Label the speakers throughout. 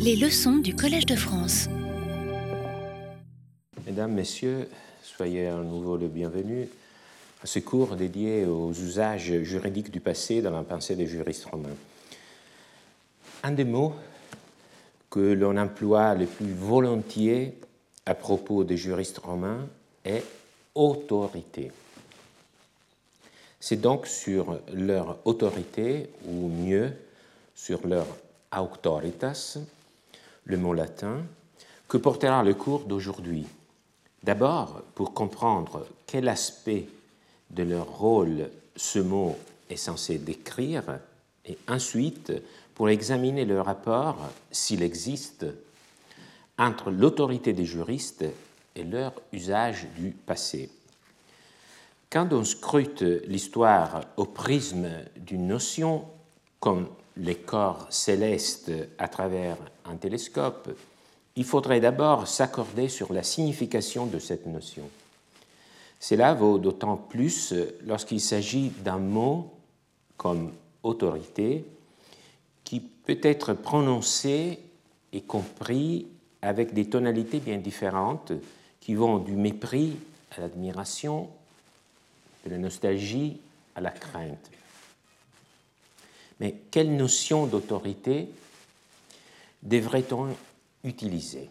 Speaker 1: Les leçons du Collège de France.
Speaker 2: Mesdames, Messieurs, soyez à nouveau les bienvenus à ce cours dédié aux usages juridiques du passé dans la pensée des juristes romains. Un des mots que l'on emploie le plus volontiers à propos des juristes romains est autorité. C'est donc sur leur autorité, ou mieux, sur leur auctoritas, le mot latin, que portera le cours d'aujourd'hui. D'abord, pour comprendre quel aspect de leur rôle ce mot est censé décrire, et ensuite pour examiner le rapport, s'il existe, entre l'autorité des juristes et leur usage du passé. Quand on scrute l'histoire au prisme d'une notion, comme les corps célestes à travers un télescope, il faudrait d'abord s'accorder sur la signification de cette notion. Cela vaut d'autant plus lorsqu'il s'agit d'un mot comme autorité qui peut être prononcé et compris avec des tonalités bien différentes qui vont du mépris à l'admiration, de la nostalgie à la crainte. Mais quelle notion d'autorité devrait-on utiliser?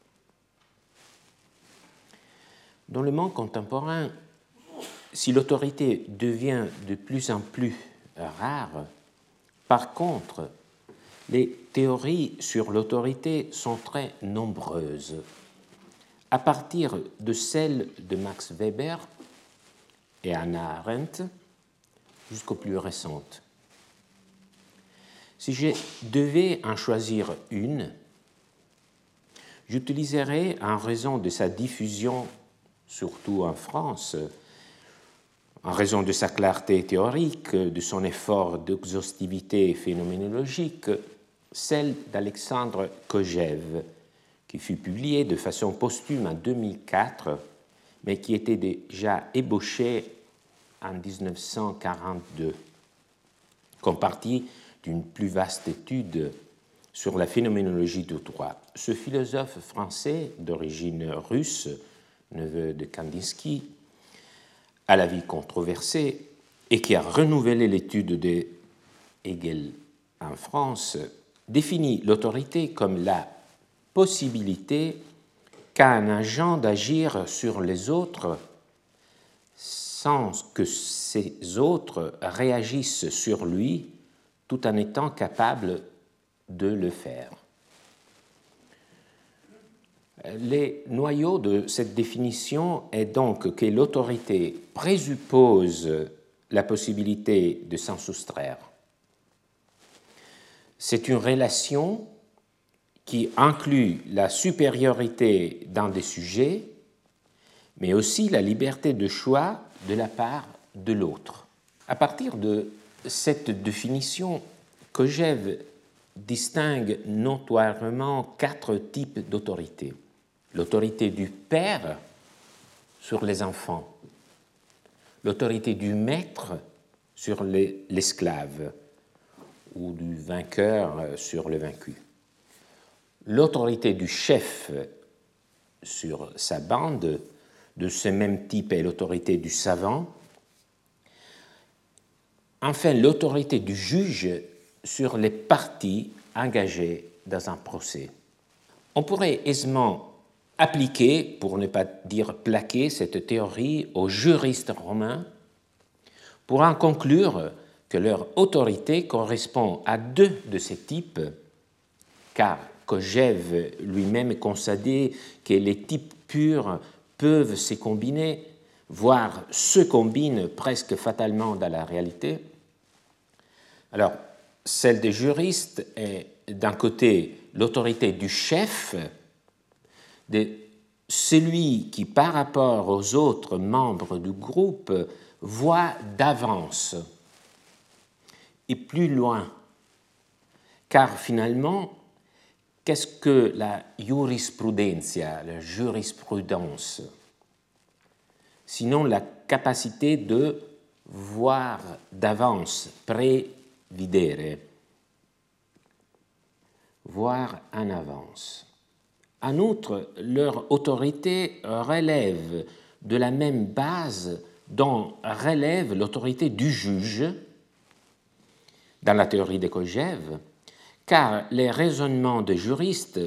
Speaker 2: Dans le monde contemporain, si l'autorité devient de plus en plus rare, par contre, les théories sur l'autorité sont très nombreuses, à partir de celles de Max Weber et Hannah Arendt jusqu'aux plus récentes. Si je devais en choisir une, j'utiliserais, en raison de sa diffusion, surtout en France, en raison de sa clarté théorique, de son effort d'exhaustivité phénoménologique, celle d'Alexandre Kojève, qui fut publiée de façon posthume en 2004, mais qui était déjà ébauchée en 1942, comme partie d'une plus vaste étude sur la phénoménologie du droit. Ce philosophe français d'origine russe, neveu de Kandinsky, à la vie controversée et qui a renouvelé l'étude de Hegel en France, définit l'autorité comme la possibilité qu'a un agent d'agir sur les autres sans que ces autres réagissent sur lui tout en étant capables de le faire. Les noyaux de cette définition est donc que l'autorité présuppose la possibilité de s'en soustraire. C'est une relation qui inclut la supériorité dans des sujets, mais aussi la liberté de choix de la part de l'autre. À partir de cette définition, Kojève distingue notoirement 4 types d'autorité. L'autorité du père sur les enfants, l'autorité du maître sur l'esclave ou du vainqueur sur le vaincu, l'autorité du chef sur sa bande, de ce même type est l'autorité du savant, enfin l'autorité du juge sur les parties engagées dans un procès. On pourrait aisément appliquer, pour ne pas dire plaquer, cette théorie aux juristes romains pour en conclure que leur autorité correspond à 2 de ces types, car Kojève lui-même concédait que les types purs peuvent se combiner, voire se combinent presque fatalement dans la réalité. Alors, celle des juristes est d'un côté l'autorité du chef, de celui qui, par rapport aux autres membres du groupe, voit d'avance et plus loin. Car finalement, qu'est-ce que la jurisprudentia, la jurisprudence, sinon la capacité de voir d'avance, previdere, voire en avance. En outre, leur autorité relève de la même base dont relève l'autorité du juge dans la théorie de Kojève, car les raisonnements des juristes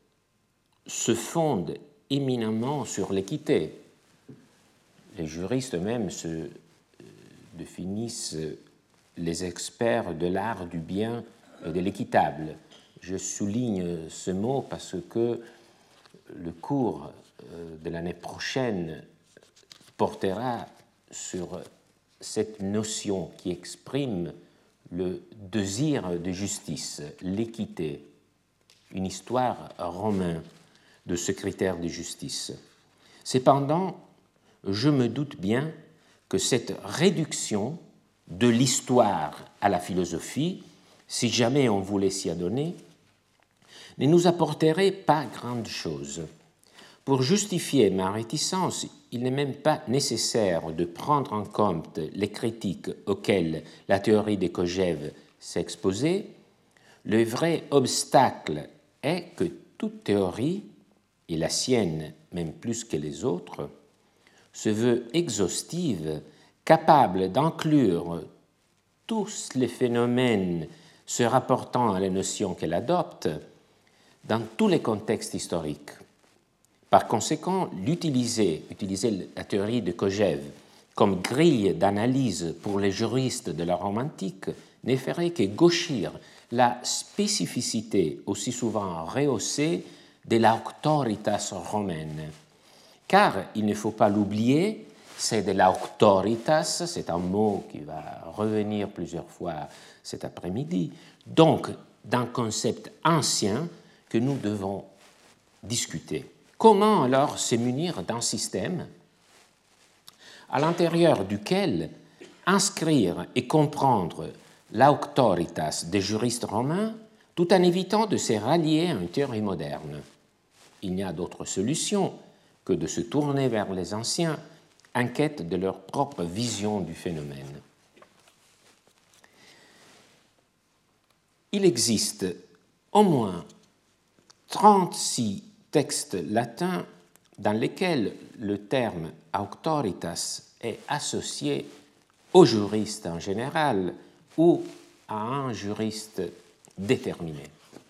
Speaker 2: se fondent éminemment sur l'équité. Les juristes eux-mêmes se définissent les experts de l'art du bien et de l'équitable. Je souligne ce mot parce que le cours de l'année prochaine portera sur cette notion qui exprime le désir de justice, l'équité, une histoire romaine de ce critère de justice. Cependant, je me doute bien que cette réduction de l'histoire à la philosophie, si jamais on voulait s'y adonner, ne nous apporterait pas grande chose. Pour justifier ma réticence, il n'est même pas nécessaire de prendre en compte les critiques auxquelles la théorie de Kojève s'est exposée. Le vrai obstacle est que toute théorie, et la sienne même plus que les autres, se veut exhaustive, capable d'inclure tous les phénomènes se rapportant à la notion qu'elle adopte dans tous les contextes historiques. Par conséquent, utiliser la théorie de Kojève comme grille d'analyse pour les juristes de la Rome antique ne ferait que gauchir la spécificité aussi souvent rehaussée de l'auctoritas romaine. Car, il ne faut pas l'oublier, c'est de l'auctoritas, c'est un mot qui va revenir plusieurs fois cet après-midi, donc d'un concept ancien que nous devons discuter. Comment alors se munir d'un système à l'intérieur duquel inscrire et comprendre l'auctoritas des juristes romains tout en évitant de se rallier à une théorie moderne? Il n'y a d'autre solution que de se tourner vers les anciens en quête de leur propre vision du phénomène. Il existe au moins 36 textes latins dans lesquels le terme auctoritas est associé au juriste en général ou à un juriste déterminé.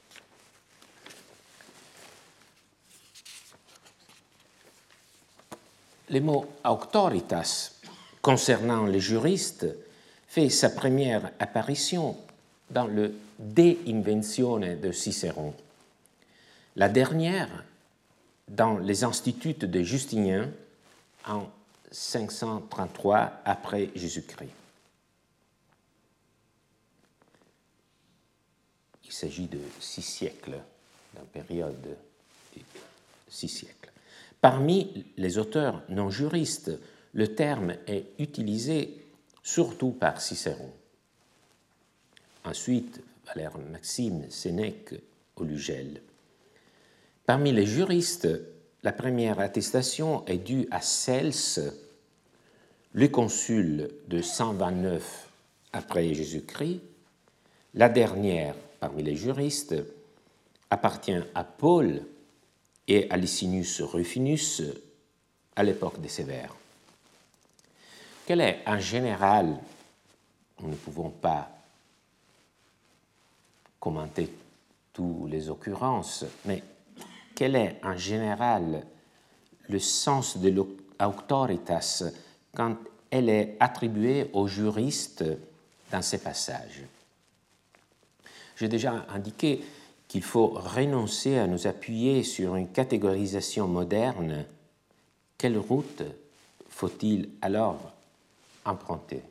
Speaker 2: Le mot auctoritas concernant les juristes fait sa première apparition dans le De Inventione de Cicéron. La dernière dans les Instituts de Justinien en 533 après Jésus-Christ. Il s'agit de 6 siècles, d'une période de 6 siècles. Parmi les auteurs non juristes, le terme est utilisé surtout par Cicéron. Ensuite, Valère Maxime, Sénèque, Olugel. Parmi les juristes, la première attestation est due à Cels, le consul de 129 après Jésus-Christ. La dernière, parmi les juristes, appartient à Paul et à Licinius Rufinus à l'époque des Sévères. Quelle est en général, nous ne pouvons pas commenter toutes les occurrences, mais quel est en général le sens de l'auctoritas quand elle est attribuée aux juristes dans ces passages? J'ai déjà indiqué qu'il faut renoncer à nous appuyer sur une catégorisation moderne. Quelle route faut-il alors emprunter?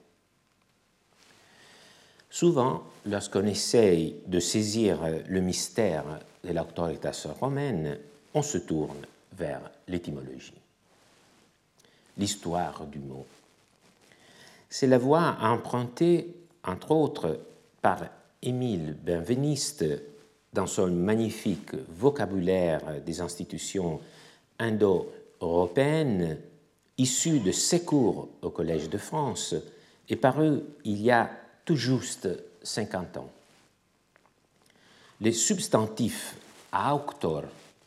Speaker 2: Souvent, lorsqu'on essaye de saisir le mystère de l'auctoritas romaine, on se tourne vers l'étymologie, l'histoire du mot. C'est la voie empruntée, entre autres, par Émile Benveniste dans son magnifique vocabulaire des institutions indo-européennes, issu de ses cours au Collège de France et paru il y a tout juste 50 ans. les substantifs auctor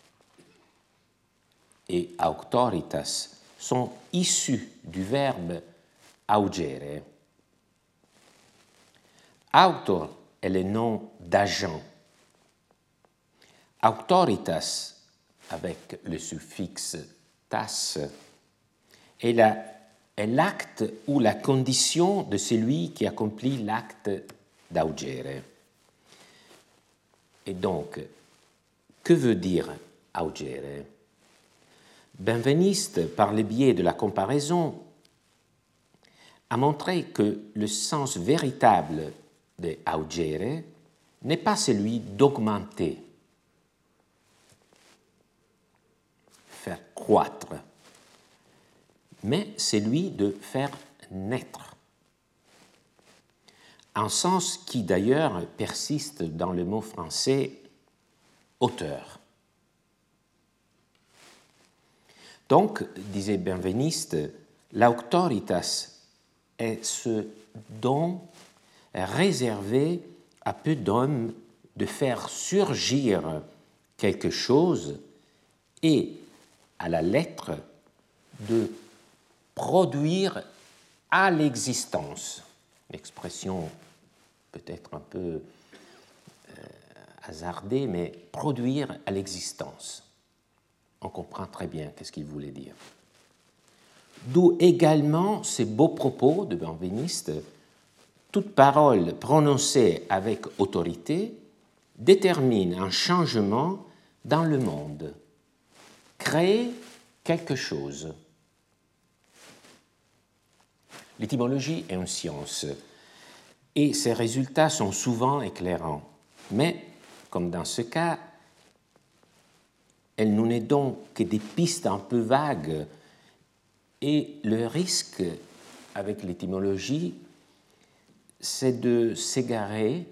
Speaker 2: et auctoritas sont issus du verbe augere. Auctor est le nom d'agent. Auctoritas, avec le suffixe tas, est l'acte ou la condition de celui qui accomplit l'acte d'augere. Et donc, que veut dire augere? Benveniste, par le biais de la comparaison, a montré que le sens véritable de augere n'est pas celui d'augmenter, faire croître, mais celui de faire naître. Un sens qui d'ailleurs persiste dans le mot français auteur. Donc, disait Benveniste, l'auctoritas est ce don réservé à peu d'hommes de faire surgir quelque chose et, à la lettre, de produire à l'existence. L'expression peut-être un peu hasardée, mais produire à l'existence. On comprend très bien qu'est-ce qu'il voulait dire. D'où également ces beaux propos de Benveniste: toute parole prononcée avec autorité détermine un changement dans le monde, crée quelque chose. L'étymologie est une science et ses résultats sont souvent éclairants. Mais, comme dans ce cas, elle nous n'est donc que des pistes un peu vagues et le risque avec l'étymologie, c'est de s'égarer,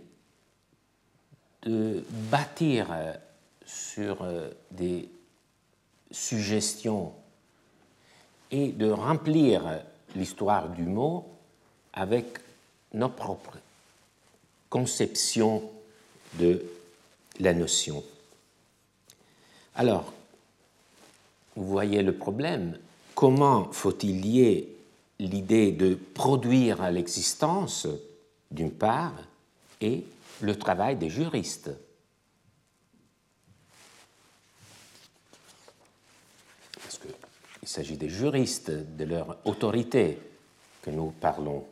Speaker 2: de bâtir sur des suggestions et de remplir l'histoire du mot avec nos propres conceptions de la notion. Alors, vous voyez le problème. Comment faut-il lier l'idée de produire à l'existence, d'une part, et le travail des juristes? Parce qu'il s'agit des juristes, de leur autorité que nous parlons.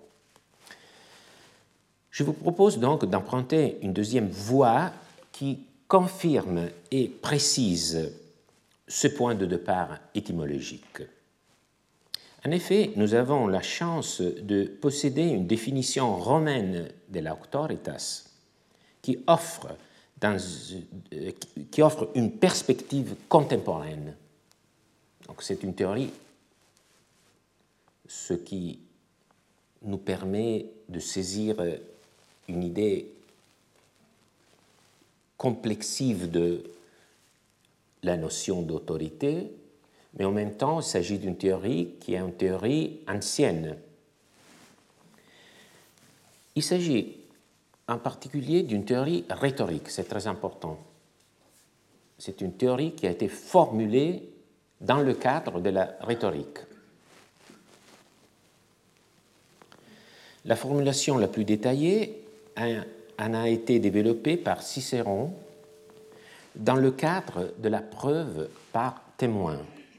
Speaker 2: Je vous propose donc d'emprunter une deuxième voie qui confirme et précise ce point de départ étymologique. En effet, nous avons la chance de posséder une définition romaine de l'auctoritas qui offre une perspective contemporaine. Donc, c'est une théorie, ce qui nous permet de saisir une idée complexive de la notion d'autorité, mais en même temps, il s'agit d'une théorie qui est une théorie ancienne. Il s'agit en particulier d'une théorie rhétorique, c'est très important. C'est une théorie qui a été formulée dans le cadre de la rhétorique. La formulation la plus détaillée en a été développée par Cicéron dans le cadre de la preuve par témoin.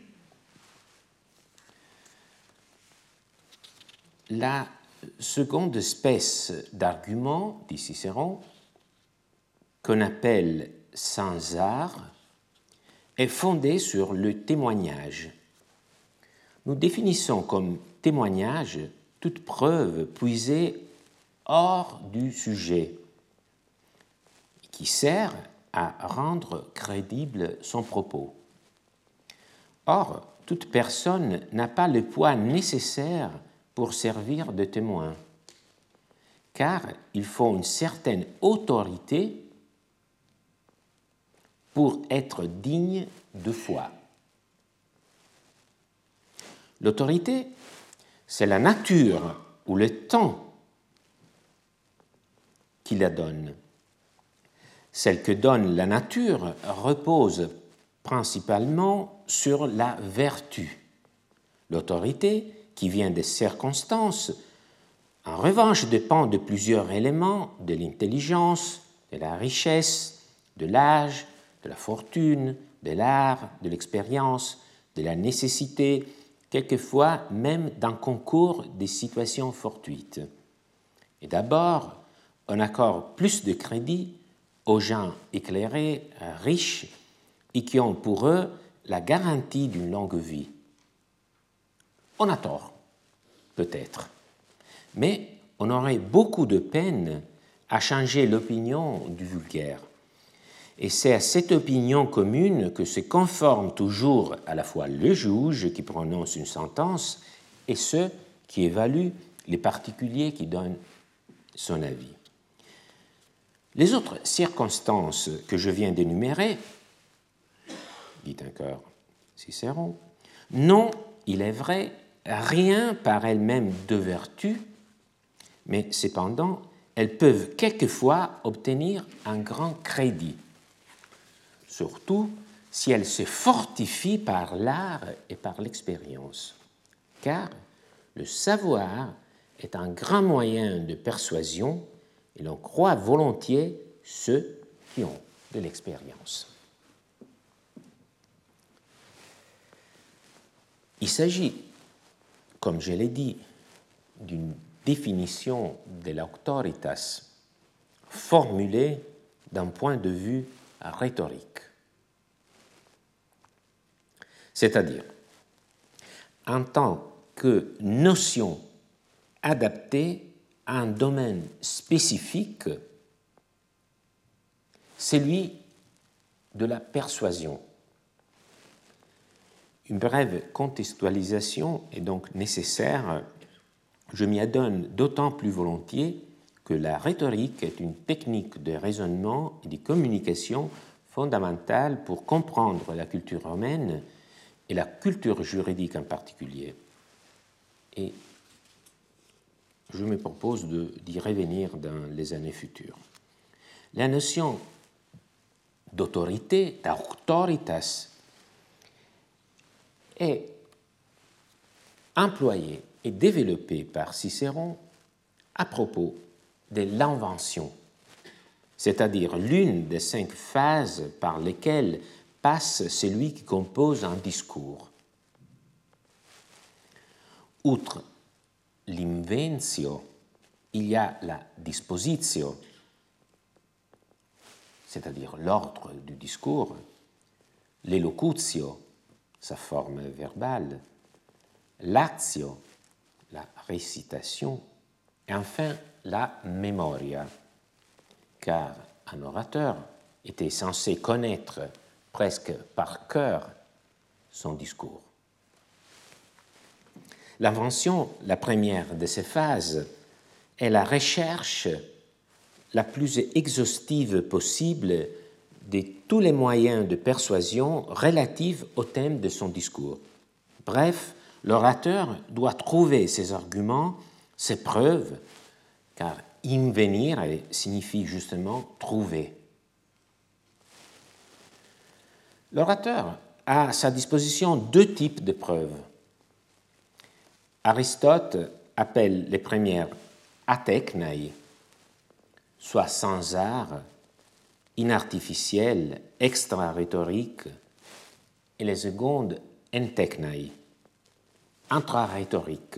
Speaker 2: La seconde espèce d'argument, dit Cicéron, qu'on appelle sans art, est fondée sur le témoignage. Nous définissons comme témoignage toute preuve puisée hors du sujet, qui sert à rendre crédible son propos. Or, toute personne n'a pas le poids nécessaire pour servir de témoin, car il faut une certaine autorité pour être digne de foi. L'autorité, c'est la nature ou le temps qui la donne. celle que donne la nature, repose principalement sur la vertu. L'autorité, qui vient des circonstances, en revanche, dépend de plusieurs éléments, de l'intelligence, de la richesse, de l'âge, de la fortune, de l'art, de l'expérience, de la nécessité, quelquefois même d'un concours des situations fortuites. Et d'abord, on accorde plus de crédit aux gens éclairés, riches, et qui ont pour eux la garantie d'une longue vie. On a tort, peut-être, mais on aurait beaucoup de peine à changer l'opinion du vulgaire. Et c'est à cette opinion commune que se conforme toujours à la fois le juge qui prononce une sentence et ceux qui évaluent les particuliers qui donnent son avis. Les autres circonstances que je viens d'énumérer, dit encore Cicéron, n'ont, il est vrai, rien par elles-mêmes de vertu, mais cependant, elles peuvent quelquefois obtenir un grand crédit, surtout si elles se fortifient par l'art et par l'expérience, car le savoir est un grand moyen de persuasion et l'on croit volontiers ceux qui ont de l'expérience. Il s'agit, comme je l'ai dit, d'une définition de l'auctoritas formulée d'un point de vue rhétorique. C'est-à-dire, en tant que notion adaptée à un domaine spécifique, celui de la persuasion. Une brève contextualisation est donc nécessaire. Je m'y adonne d'autant plus volontiers que la rhétorique est une technique de raisonnement et de communication fondamentale pour comprendre la culture romaine et la culture juridique en particulier. Et je me propose d'y revenir dans les années futures. La notion d'autorité, d'auctoritas, est employée et développée par Cicéron à propos de l'invention, c'est-à-dire l'une des 5 phases par lesquelles passe celui qui compose un discours. Outre l'inventio, il y a la dispositio, c'est-à-dire l'ordre du discours, l'elocutio, sa forme verbale, l'actio, la récitation, et enfin la memoria, car un orateur était censé connaître presque par cœur son discours. L'invention, la première de ces phases, est la recherche la plus exhaustive possible de tous les moyens de persuasion relatifs au thème de son discours. Bref, l'orateur doit trouver ses arguments, ses preuves, car invenire signifie justement trouver. L'orateur a à sa disposition 2 types de preuves. Aristote appelle les premières atechnae, soit sans art, inartificielles, extra-rhétoriques, et les secondes entechnae, intra-rhétoriques.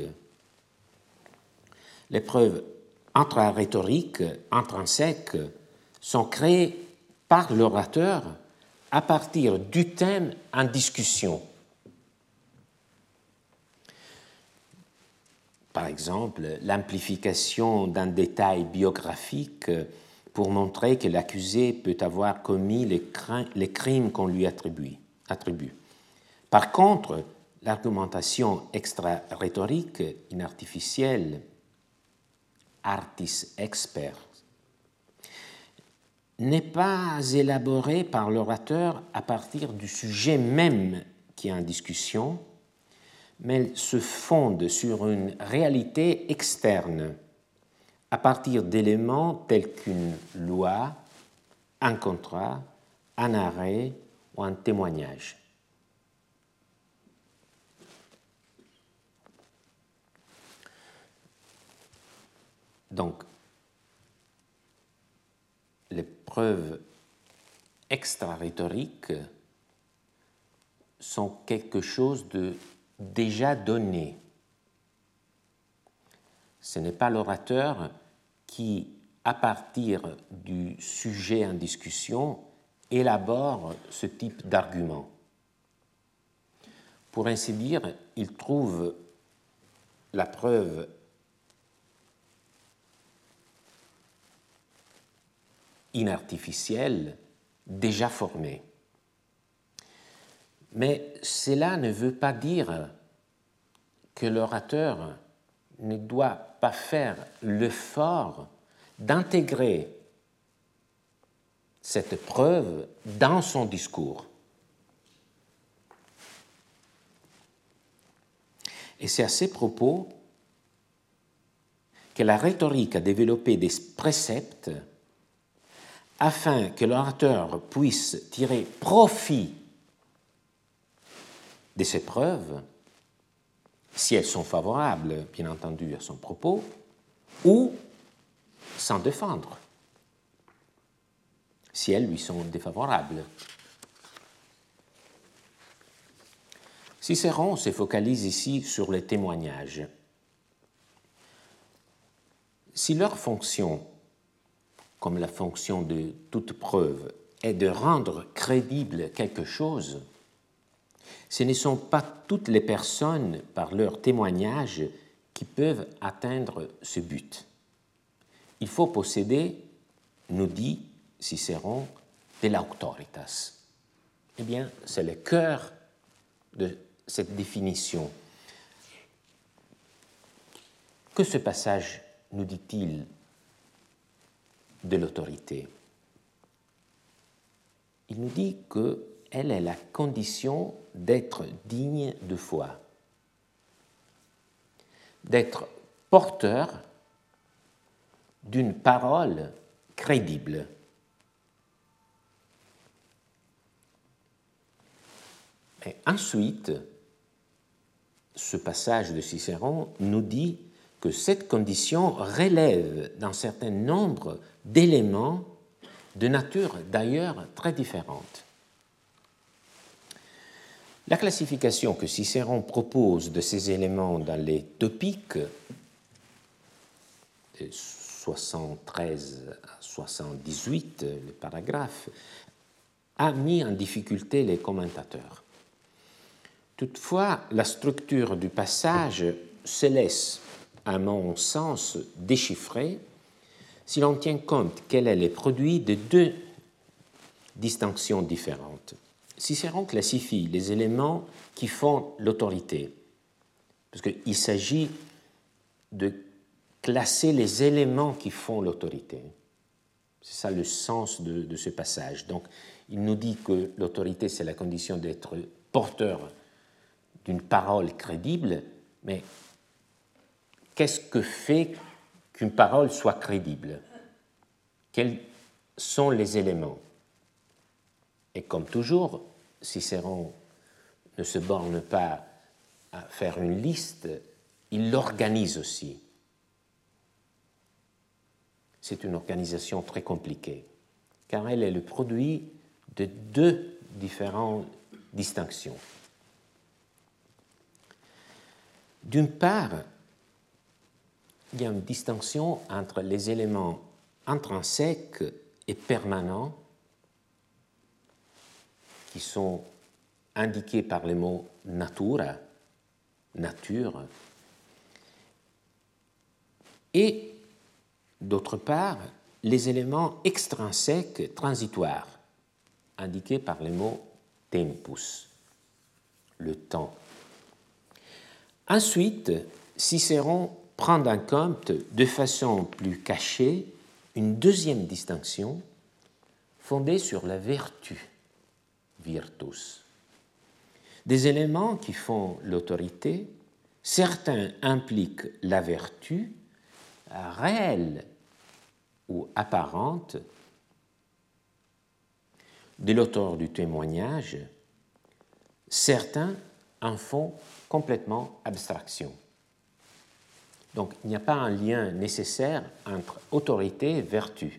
Speaker 2: Les preuves intra-rhétoriques, intrinsèques, sont créées par l'orateur à partir du thème en discussion. Par exemple, l'amplification d'un détail biographique pour montrer que l'accusé peut avoir commis les crimes qu'on lui attribue. Par contre, l'argumentation extra-rhétorique, inartificielle, artis expert, n'est pas élaborée par l'orateur à partir du sujet même qui est en discussion, mais elle se fonde sur une réalité externe, à partir d'éléments tels qu'une loi, un contrat, un arrêt ou un témoignage. Donc, les preuves extra-rhétoriques sont quelque chose de déjà donné. Ce n'est pas l'orateur qui, à partir du sujet en discussion, élabore ce type d'argument. Pour ainsi dire, il trouve la preuve inartificielle déjà formée. Mais cela ne veut pas dire que l'orateur ne doit pas faire l'effort d'intégrer cette preuve dans son discours. Et c'est à ces propos que la rhétorique a développé des préceptes afin que l'orateur puisse tirer profit de ces preuves, si elles sont favorables, bien entendu, à son propos, ou s'en défendre, si elles lui sont défavorables. Cicéron se focalise ici sur les témoignages. Si leur fonction, comme la fonction de toute preuve, est de rendre crédible quelque chose, ce ne sont pas toutes les personnes, par leur témoignage, qui peuvent atteindre ce but. Il faut posséder, nous dit Cicéron, de l'auctoritas. Eh bien, c'est le cœur de cette définition. Que ce passage nous dit-il de l'autorité? Il nous dit qu'elle est la condition d'être digne de foi, d'être porteur d'une parole crédible. Et ensuite, ce passage de Cicéron nous dit que cette condition relève d'un certain nombre d'éléments de nature d'ailleurs très différente. La classification que Cicéron propose de ces éléments dans les topiques, 73 à 78, les paragraphes, a mis en difficulté les commentateurs. Toutefois, la structure du passage se laisse, à mon sens, déchiffrer si l'on tient compte qu'elle est le produit de deux distinctions différentes. Cicéron classifie les éléments qui font l'autorité, parce qu'il s'agit de classer les éléments qui font l'autorité. C'est ça le sens de ce passage. Donc, il nous dit que l'autorité, c'est la condition d'être porteur d'une parole crédible, mais qu'est-ce que fait qu'une parole soit crédible? Quels sont les éléments? Et comme toujours, Cicéron ne se borne pas à faire une liste, il l'organise aussi. C'est une organisation très compliquée, car elle est le produit de deux différentes distinctions. D'une part, il y a une distinction entre les éléments intrinsèques et permanents qui sont indiqués par le mot natura, nature, et d'autre part, les éléments extrinsèques transitoires, indiqués par le mot tempus, le temps. Ensuite, Cicéron prend en compte de façon plus cachée une deuxième distinction fondée sur la vertu, virtus. Des éléments qui font l'autorité, certains impliquent la vertu, réelle ou apparente, de l'auteur du témoignage, certains en font complètement abstraction. Donc, il n'y a pas un lien nécessaire entre autorité et vertu.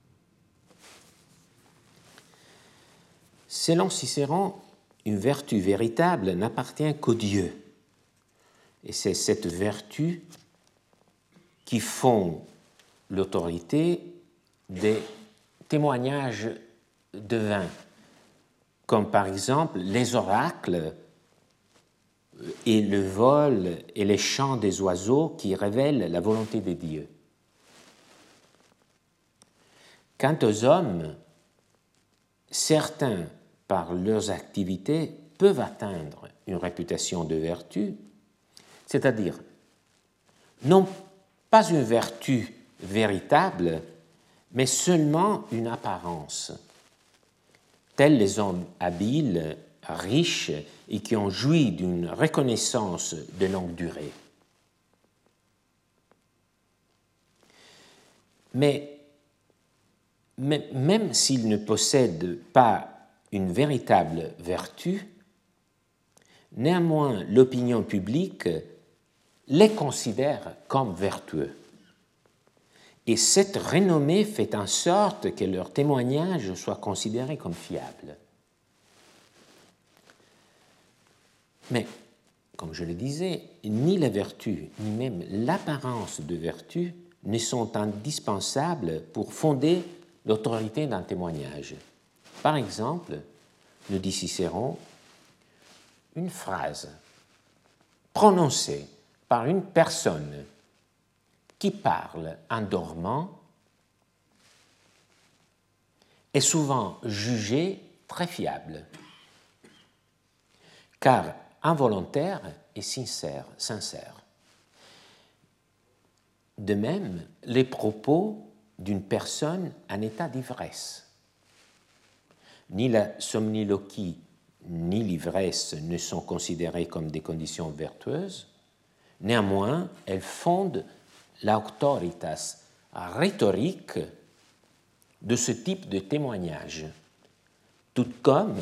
Speaker 2: Selon Cicéron, une vertu véritable n'appartient qu'au Dieu. Et c'est cette vertu qui fonde l'autorité des témoignages divins, comme par exemple les oracles et le vol et les chants des oiseaux qui révèlent la volonté de Dieu. Quant aux hommes, certains, par leurs activités, peuvent atteindre une réputation de vertu, c'est-à-dire non pas une vertu véritable, mais seulement une apparence, tels les hommes habiles, riches et qui ont joui d'une reconnaissance de longue durée. Mais même s'ils ne possèdent pas une véritable vertu, néanmoins l'opinion publique les considère comme vertueux. Et cette renommée fait en sorte que leurs témoignages soient considérés comme fiables. Mais, comme je le disais, ni la vertu, ni même l'apparence de vertu ne sont indispensables pour fonder l'autorité d'un témoignage. Par exemple, nous dit Cicéron, une phrase prononcée par une personne qui parle en dormant est souvent jugée très fiable, car involontaire et sincère. De même, les propos d'une personne en état d'ivresse. Ni la somniloquie ni l'ivresse ne sont considérées comme des conditions vertueuses, néanmoins, elles fondent l'auctoritas rhétorique de ce type de témoignage, tout comme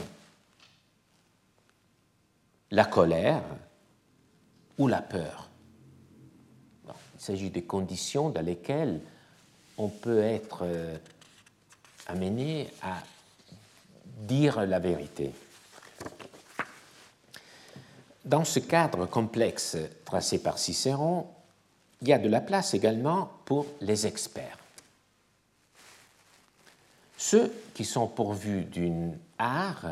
Speaker 2: la colère ou la peur. Bon, il s'agit de conditions dans lesquelles on peut être amené à dire la vérité. Dans ce cadre complexe tracé par Cicéron, il y a de la place également pour les experts. Ceux qui sont pourvus d'un art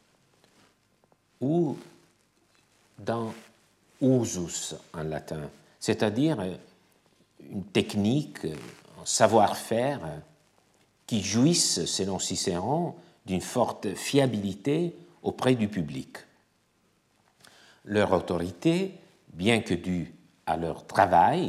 Speaker 2: ou d'un usus en latin, c'est-à-dire une technique, un savoir-faire qui jouissent, selon Cicéron, d'une forte fiabilité auprès du public. Leur autorité, bien que due à leur travail,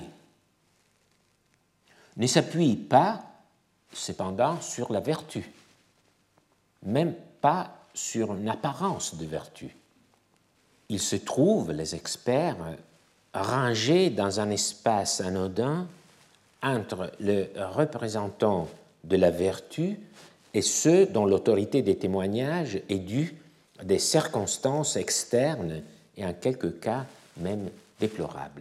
Speaker 2: ne s'appuie pas, cependant, sur la vertu, même pas sur une apparence de vertu. Ils se trouvent, les experts, rangés dans un espace anodin entre le représentant de la vertu et ceux dont l'autorité des témoignages est due à des circonstances externes et en quelques cas même déplorables.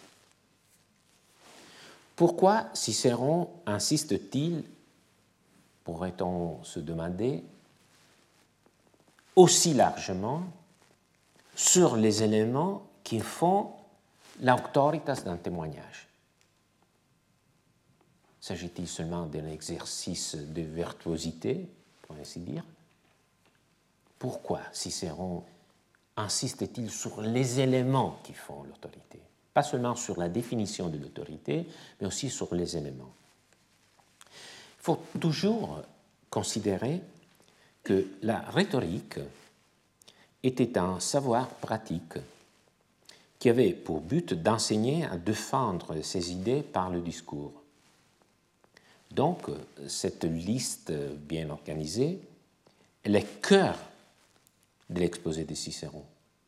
Speaker 2: Pourquoi Cicéron insiste-t-il, pourrait-on se demander, aussi largement sur les éléments qui font l'auctoritas d'un témoignage? S'agit-il seulement d'un exercice de virtuosité, pour ainsi dire? Pourquoi Cicéron insiste-t-il sur les éléments qui font l'autorité? Pas seulement sur la définition de l'autorité, mais aussi sur les éléments. Il faut toujours considérer que la rhétorique était un savoir pratique qui avait pour but d'enseigner à défendre ses idées par le discours. Donc, cette liste bien organisée est le cœur de l'exposé de Cicéron.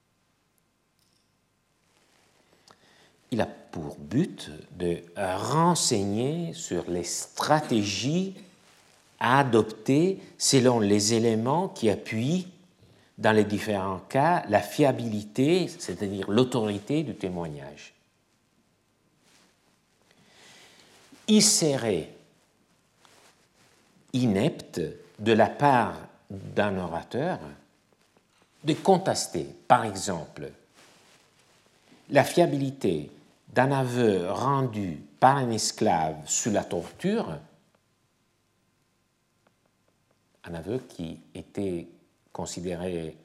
Speaker 2: Il a pour but de renseigner sur les stratégies à adopter selon les éléments qui appuient, dans les différents cas, la fiabilité, c'est-à-dire l'autorité du témoignage. Il serait inepte de la part d'un orateur de contester, par exemple, la fiabilité d'un aveu rendu par un esclave sous la torture, un aveu qui était considéré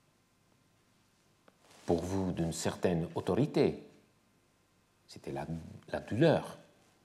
Speaker 2: pour vous d'une certaine autorité. C'était la douleur.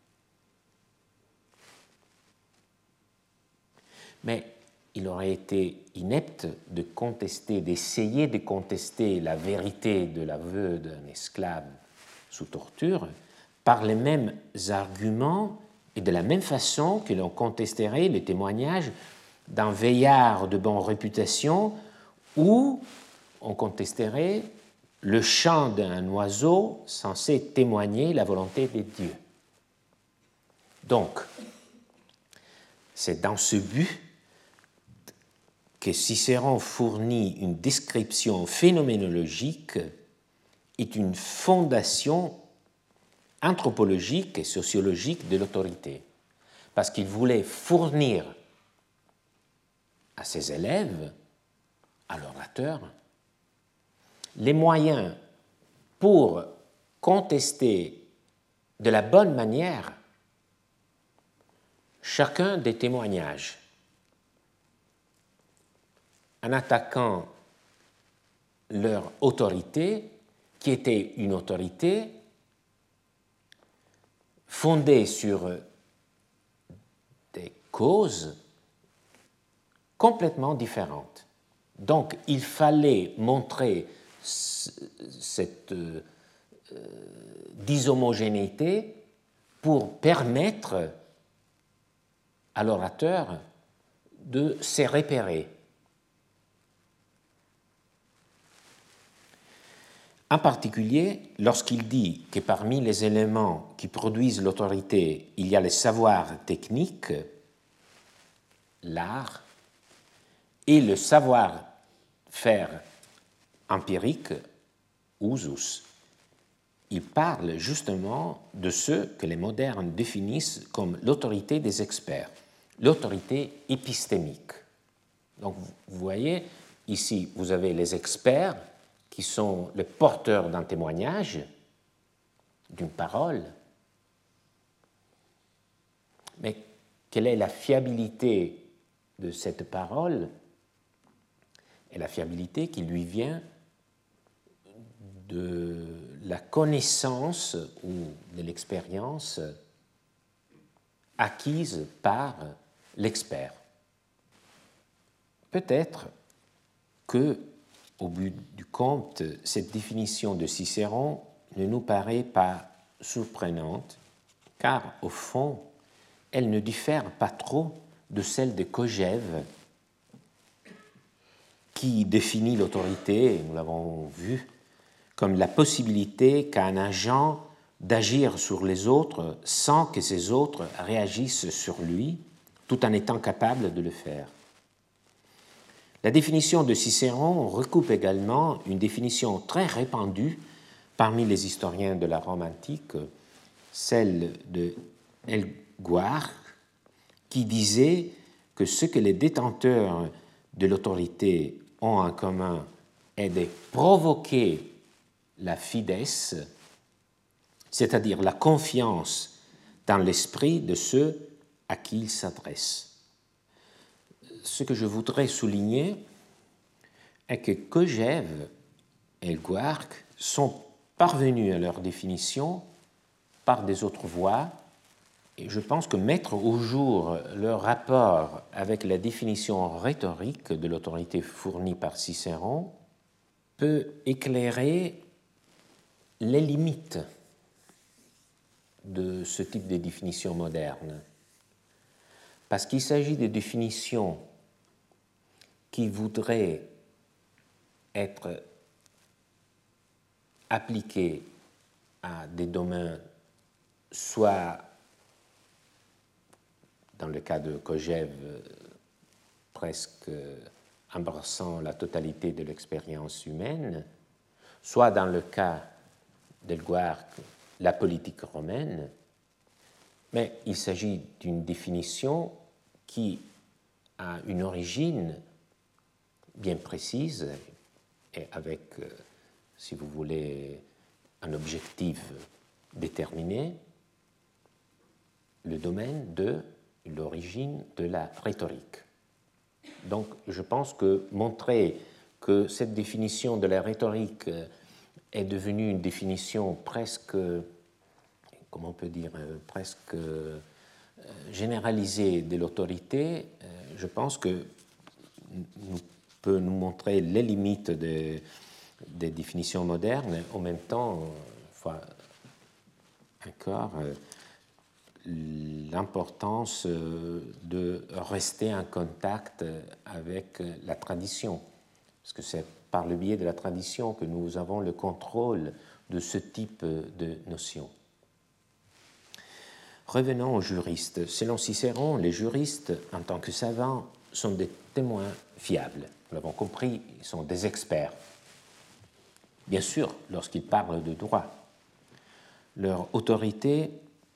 Speaker 2: Mais il aurait été inepte de contester, d'essayer de contester la vérité de l'aveu d'un esclave sous torture par les mêmes arguments et de la même façon que l'on contesterait le témoignage d'un veillard de bonne réputation ou on contesterait le chant d'un oiseau censé témoigner la volonté de Dieu. Donc, c'est dans ce but que Cicéron fournit une description phénoménologique et une fondation anthropologique et sociologique de l'autorité, parce qu'il voulait fournir à ses élèves, à l'orateur, les moyens pour contester de la bonne manière chacun des témoignages, en attaquant leur autorité, qui était une autorité fondée sur des causes complètement différentes. Donc, il fallait montrer cette dishomogénéité pour permettre à l'orateur de se repérer. En particulier, lorsqu'il dit que parmi les éléments qui produisent l'autorité, il y a le savoir technique, l'art, et le savoir-faire empirique, usus. Il parle justement de ce que les modernes définissent comme l'autorité des experts, l'autorité épistémique. Donc, vous voyez, ici, vous avez les experts qui sont les porteurs d'un témoignage, d'une parole. Mais quelle est la fiabilité de cette parole? Et la fiabilité qui lui vient de la connaissance ou de l'expérience acquise par l'expert. Peut-être que, au but du compte, cette définition de Cicéron ne nous paraît pas surprenante, car, au fond, elle ne diffère pas trop de celle de Kojève, qui définit l'autorité, nous l'avons vu, comme la possibilité qu'a un agent d'agir sur les autres sans que ces autres réagissent sur lui, tout en étant capable de le faire. La définition de Cicéron recoupe également une définition très répandue parmi les historiens de la Rome antique, celle de Elguar, qui disait que ce que les détenteurs de l'autorité ont en commun est de provoquer la fides, c'est-à-dire la confiance dans l'esprit de ceux à qui ils s'adressent. Ce que je voudrais souligner est que Kojève et Elguar sont parvenus à leur définition par des autres voies, et je pense que mettre au jour leur rapport avec la définition rhétorique de l'autorité fournie par Cicéron peut éclairer les limites de ce type de définition moderne. Parce qu'il s'agit de définitions qui voudraient être appliquées à des domaines soit dans le cas de Kojève, presque embrassant la totalité de l'expérience humaine, soit dans le cas d'Elguarch, la politique romaine, mais il s'agit d'une définition qui a une origine bien précise et avec, si vous voulez, un objectif déterminé, le domaine de l'origine de la rhétorique. Donc, je pense que montrer que cette définition de la rhétorique est devenue une définition presque, comment on peut dire, presque généralisée de l'autorité, je pense que peut nous montrer les limites des définitions modernes, en même temps, encore l'importance de rester en contact avec la tradition, parce que c'est par le biais de la tradition que nous avons le contrôle de ce type de notions. Revenons aux juristes. Selon Cicéron, les juristes, en tant que savants, sont des témoins fiables. Nous l'avons compris, ils sont des experts. Bien sûr, lorsqu'ils parlent de droit, leur autorité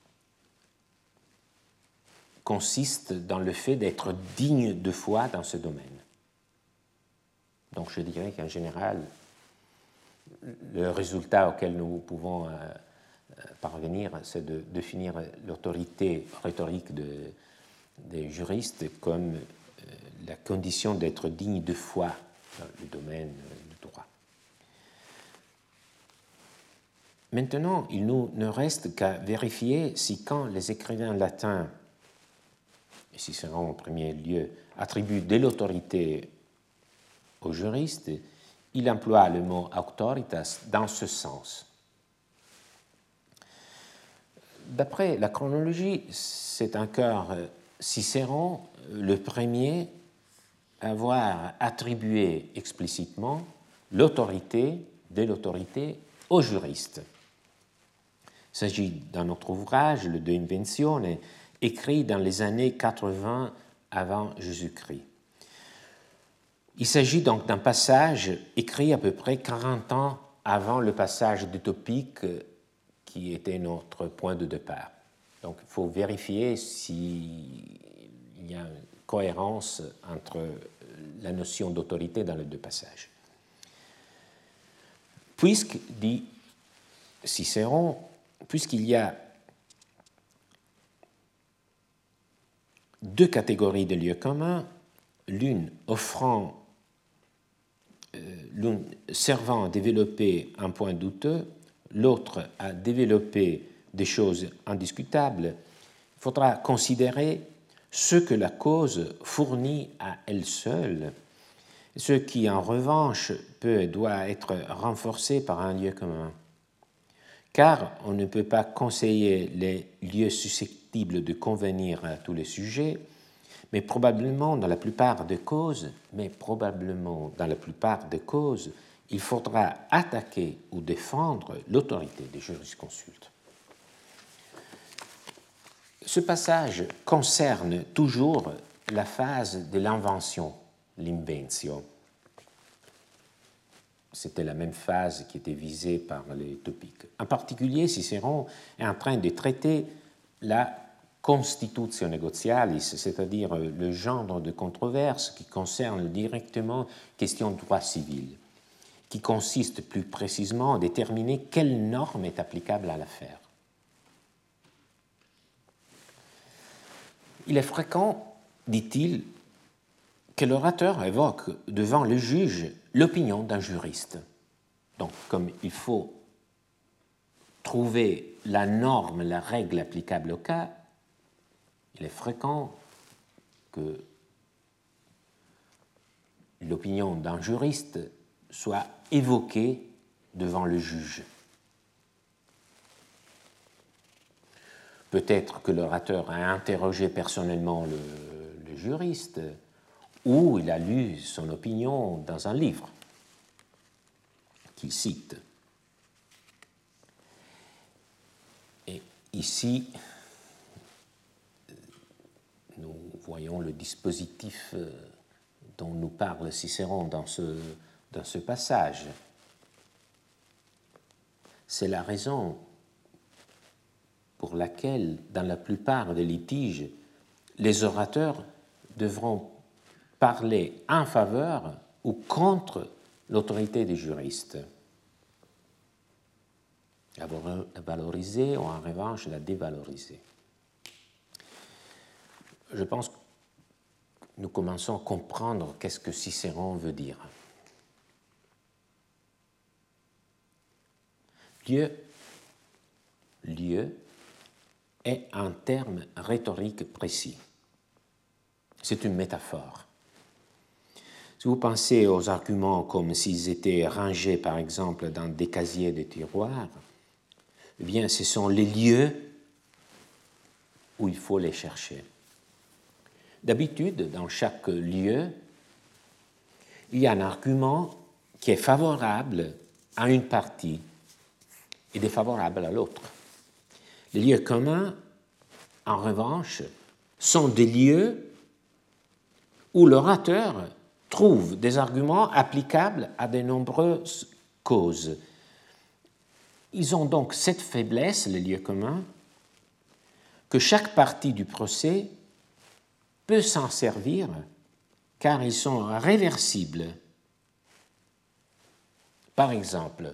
Speaker 2: consiste dans le fait d'être digne de foi dans ce domaine. Donc je dirais qu'en général, le résultat auquel nous pouvons parvenir, c'est de définir l'autorité rhétorique des juristes comme la condition d'être digne de foi dans le domaine du droit. Maintenant, il nous ne reste qu'à vérifier si quand les écrivains latins, et Cicéron en premier lieu, attribuent de l'autorité aux juristes, il emploie le mot auctoritas dans ce sens. D'après la chronologie, c'est encore Cicéron le premier à avoir attribué explicitement l'autorité aux juristes. Il s'agit d'un autre ouvrage, le De Inventione, écrit dans les années 80 avant Jésus-Christ. Il s'agit donc d'un passage écrit à peu près 40 ans avant le passage de Topique qui était notre point de départ. Donc il faut vérifier s'il y a une cohérence entre la notion d'autorité dans les deux passages. Puisque, dit Cicéron, puisqu'il y a deux catégories de lieux communs, l'une servant à développer un point douteux, l'autre à développer des choses indiscutables, il faudra considérer ce que la cause fournit à elle seule, ce qui en revanche peut et doit être renforcé par un lieu commun. Car on ne peut pas conseiller les lieux susceptibles de convenir à tous les sujets, mais probablement dans la plupart des causes, il faudra attaquer ou défendre l'autorité des jurisconsultes. Ce passage concerne toujours la phase de l'invention, l'inventio. C'était la même phase qui était visée par les topiques. En particulier, Cicéron est en train de traiter la constitutio negotialis, c'est-à-dire le genre de controverse qui concerne directement question de droit civil, qui consiste plus précisément à déterminer quelle norme est applicable à l'affaire. Il est fréquent, dit-il, que l'orateur évoque devant le juge l'opinion d'un juriste. Donc, comme il faut trouver la norme, la règle applicable au cas, il est fréquent que l'opinion d'un juriste soit évoquée devant le juge. Peut-être que l'orateur a interrogé personnellement le juriste ou il a lu son opinion dans un livre qu'il cite. Et ici, nous voyons le dispositif dont nous parle Cicéron dans ce passage. C'est la raison pour laquelle, dans la plupart des litiges, les orateurs devront parler en faveur ou contre l'autorité des juristes, la valoriser ou en revanche la dévaloriser. Je pense que nous commençons à comprendre qu'est-ce que Cicéron veut dire. Lieu est un terme rhétorique précis. C'est une métaphore. Si vous pensez aux arguments comme s'ils étaient rangés, par exemple, dans des casiers de tiroirs, eh bien, ce sont les lieux où il faut les chercher. D'habitude, dans chaque lieu, il y a un argument qui est favorable à une partie et défavorable à l'autre. Les lieux communs, en revanche, sont des lieux où l'orateur trouve des arguments applicables à de nombreuses causes. Ils ont donc cette faiblesse, les lieux communs, que chaque partie du procès peut s'en servir car ils sont réversibles. Par exemple,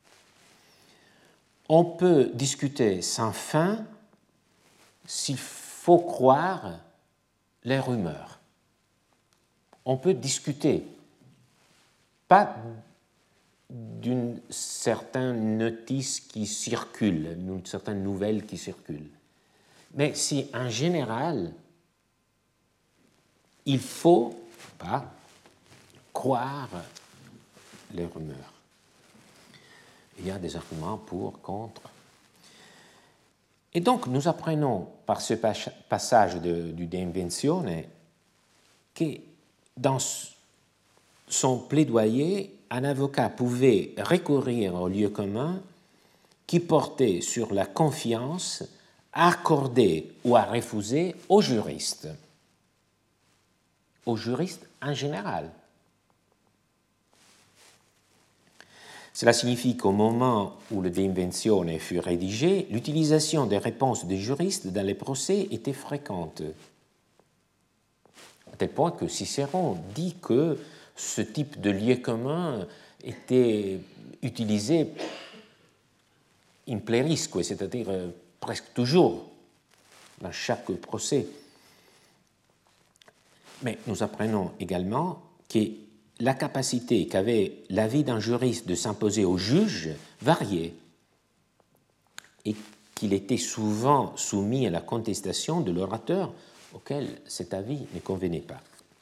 Speaker 2: on peut discuter sans fin s'il faut croire les rumeurs. On peut discuter, pas d'une certaine notice qui circule, d'une certaine nouvelle qui circule, mais si en général, il faut pas croire les rumeurs. Il y a des arguments pour, contre. Et donc, nous apprenons par ce passage du De Inventione que dans son plaidoyer, un avocat pouvait recourir au lieu commun qui portait sur la confiance à accorder ou à refuser aux juristes en général. Cela signifie qu'au moment où le De Inventione fut rédigé, l'utilisation des réponses des juristes dans les procès était fréquente, à tel point que Cicéron dit que ce type de lieu commun était utilisé in plerisque, c'est-à-dire presque toujours dans chaque procès. Mais nous apprenons également que la capacité qu'avait l'avis d'un juriste de s'imposer au juge variait et qu'il était souvent soumis à la contestation de l'orateur auquel cet avis ne convenait pas.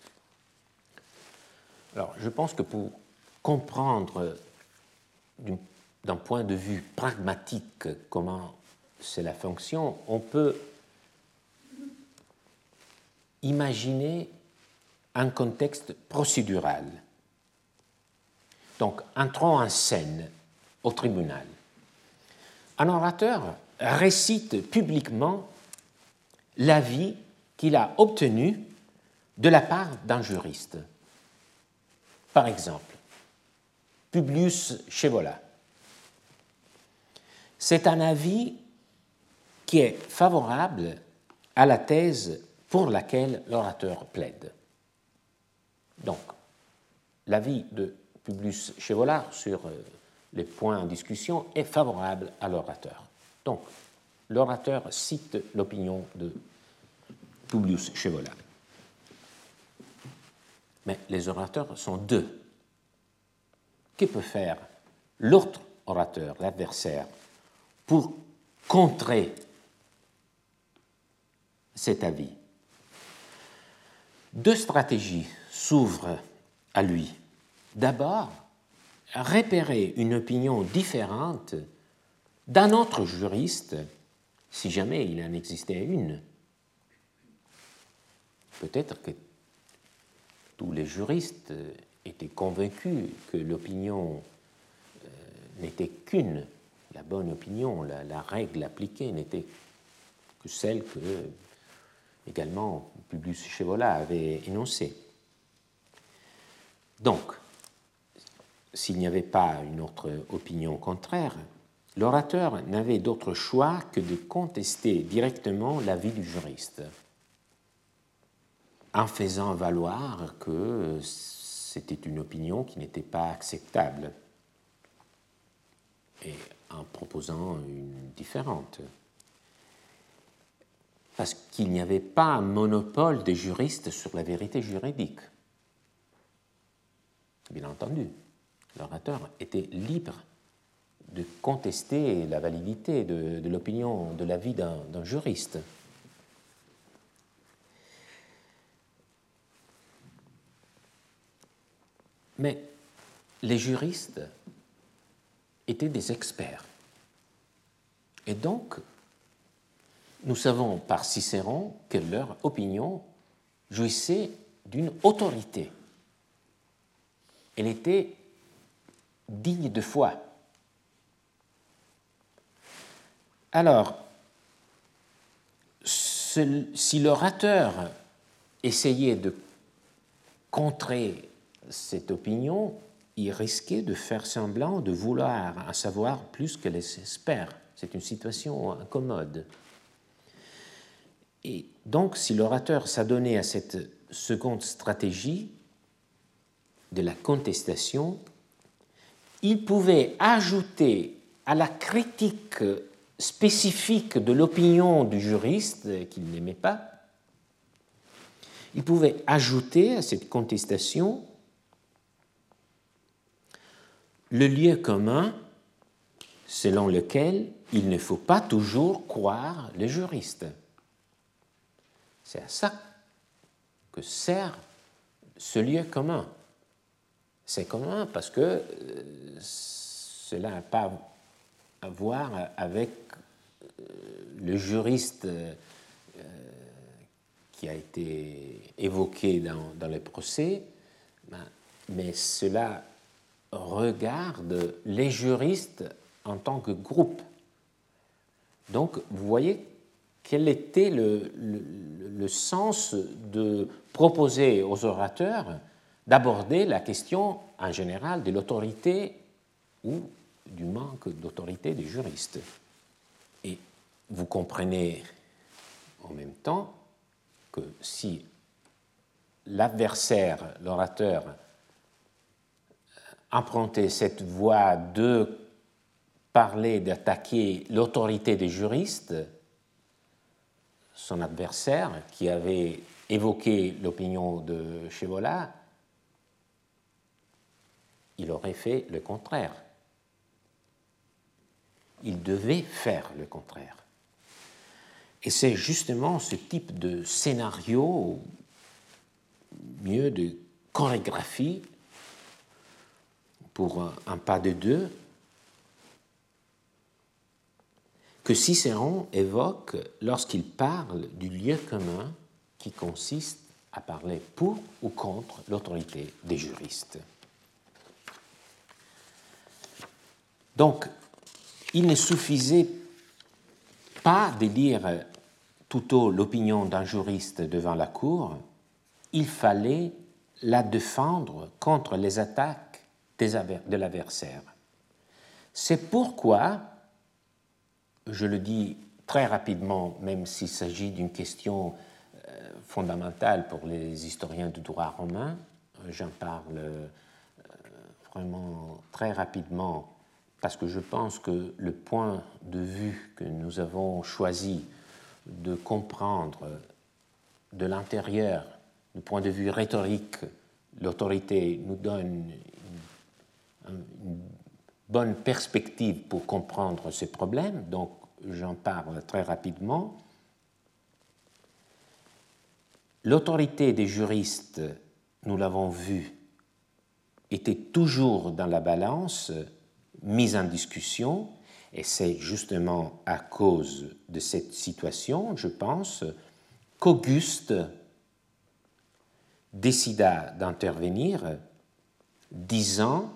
Speaker 2: Alors, je pense que pour comprendre d'un point de vue pragmatique comment cela fonctionne, on peut imaginer un contexte procédural. Donc, entrons en scène au tribunal. Un orateur récite publiquement l'avis qu'il a obtenu de la part d'un juriste. Par exemple, Publius Scaevola. C'est un avis qui est favorable à la thèse pour laquelle l'orateur plaide. Donc, l'avis de Publius Scaevola sur les points en discussion est favorable à l'orateur. Donc, l'orateur cite l'opinion de Publius Scaevola. Mais les orateurs sont deux. Que peut faire l'autre orateur, l'adversaire, pour contrer cet avis? Deux stratégies s'ouvrent à lui. D'abord, repérer une opinion différente d'un autre juriste, si jamais il en existait une. Peut-être que tous les juristes étaient convaincus que l'opinion n'était qu'une, la bonne opinion, la règle appliquée n'était que celle que également Publius Scaevola avait énoncé. Donc, s'il n'y avait pas une autre opinion contraire, l'orateur n'avait d'autre choix que de contester directement l'avis du juriste, en faisant valoir que c'était une opinion qui n'était pas acceptable et en proposant une différente. Parce qu'il n'y avait pas un monopole des juristes sur la vérité juridique. Bien entendu, l'orateur était libre de contester la validité de l'opinion, de l'avis d'un juriste. Mais les juristes étaient des experts. Et donc, nous savons par Cicéron que leur opinion jouissait d'une autorité. Elle était digne de foi. Alors, si l'orateur essayait de contrer cette opinion, il risquait de faire semblant de vouloir en savoir plus que les experts. C'est une situation incommode. Et donc, si l'orateur s'adonnait à cette seconde stratégie de la contestation, il pouvait ajouter à la critique spécifique de l'opinion du juriste qu'il n'aimait pas, il pouvait ajouter à cette contestation le lieu commun selon lequel il ne faut pas toujours croire les juristes. C'est à ça que sert ce lieu commun. C'est commun parce que cela n'a pas à voir avec le juriste qui a été évoqué dans le procès, mais cela regarde les juristes en tant que groupe. Donc, vous voyez quel était le sens de proposer aux orateurs d'aborder la question en général de l'autorité ou du manque d'autorité des juristes. Et vous comprenez en même temps que si l'adversaire, l'orateur, empruntait cette voie de parler, d'attaquer l'autorité des juristes, son adversaire, qui avait évoqué l'opinion de Scaevola, il aurait fait le contraire. Il devait faire le contraire. Et c'est justement ce type de scénario, mieux de chorégraphie, pour un pas de deux, que Cicéron évoque lorsqu'il parle du lieu commun qui consiste à parler pour ou contre l'autorité des juristes. Donc, il ne suffisait pas de lire tout haut l'opinion d'un juriste devant la cour, il fallait la défendre contre les attaques de l'adversaire. C'est pourquoi, je le dis très rapidement, même s'il s'agit d'une question fondamentale pour les historiens du droit romain, j'en parle vraiment très rapidement parce que je pense que le point de vue que nous avons choisi de comprendre de l'intérieur, du point de vue rhétorique, l'autorité nous donne une bonne perspective pour comprendre ces problèmes, donc j'en parle très rapidement. L'autorité des juristes, nous l'avons vu, était toujours dans la balance, mise en discussion, et c'est justement à cause de cette situation, je pense, qu'Auguste décida d'intervenir, disant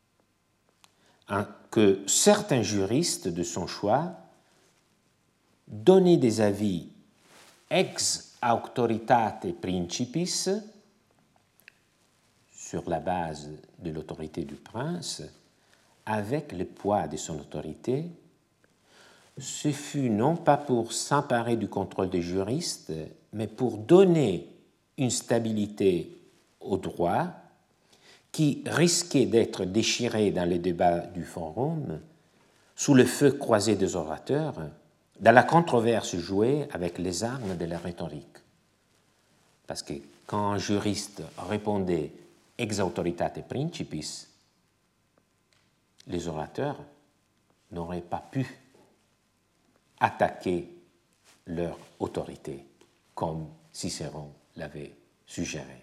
Speaker 2: que certains juristes de son choix donnaient des avis ex auctoritate principis, sur la base de l'autorité du prince, avec le poids de son autorité, ce fut non pas pour s'emparer du contrôle des juristes, mais pour donner une stabilité au droit qui risquait d'être déchiré dans les débats du forum, sous le feu croisé des orateurs, dans la controverse jouée avec les armes de la rhétorique. Parce que quand un juriste répondait ex autoritate principis, les orateurs n'auraient pas pu attaquer leur autorité, comme Cicéron l'avait suggéré.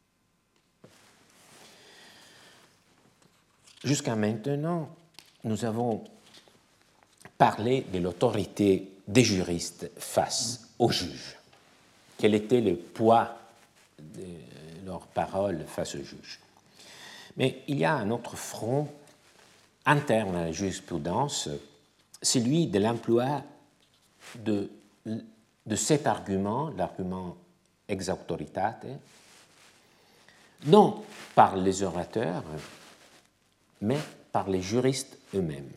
Speaker 2: Jusqu'à maintenant, nous avons parlé de l'autorité des juristes face aux juges. Quel était le poids de leurs paroles face aux juges? Mais il y a un autre front interne à la jurisprudence, celui de l'emploi de cet argument, l'argument ex auctoritate, non par les orateurs, mais par les juristes eux-mêmes.